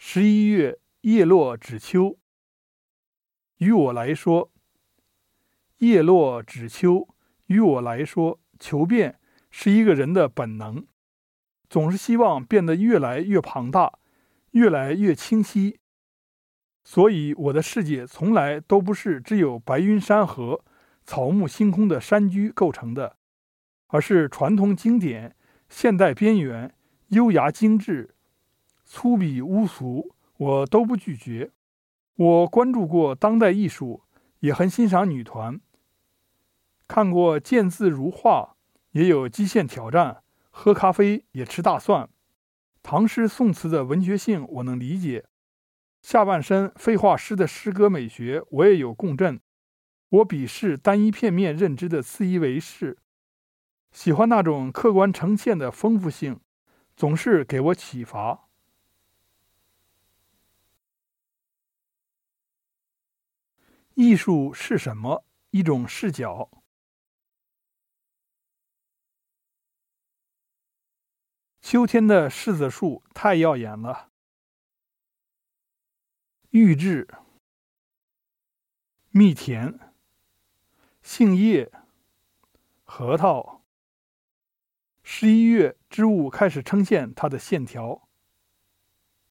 11月，叶落止秋。于我来说，叶落止秋，于我来说，求变是一个人的本能，总是希望变得越来越庞大，越来越清晰。所以我的世界从来都不是只有白云山河、草木星空的山居构成的，而是传统经典、现代边缘、优雅精致、粗鄙污俗，我都不拒绝。我关注过当代艺术，也很欣赏女团，看过见字如画，也有极限挑战，喝咖啡也吃大蒜。唐诗宋词的文学性我能理解，下半身废话诗的诗歌美学我也有共振。我鄙视单一片面认知的自以为是，喜欢那种客观呈现的丰富性，总是给我启发。艺术是什么？一种视角。秋天的柿子树太耀眼了。玉质、蜜甜、杏叶、核桃。11月，织物开始呈现它的线条。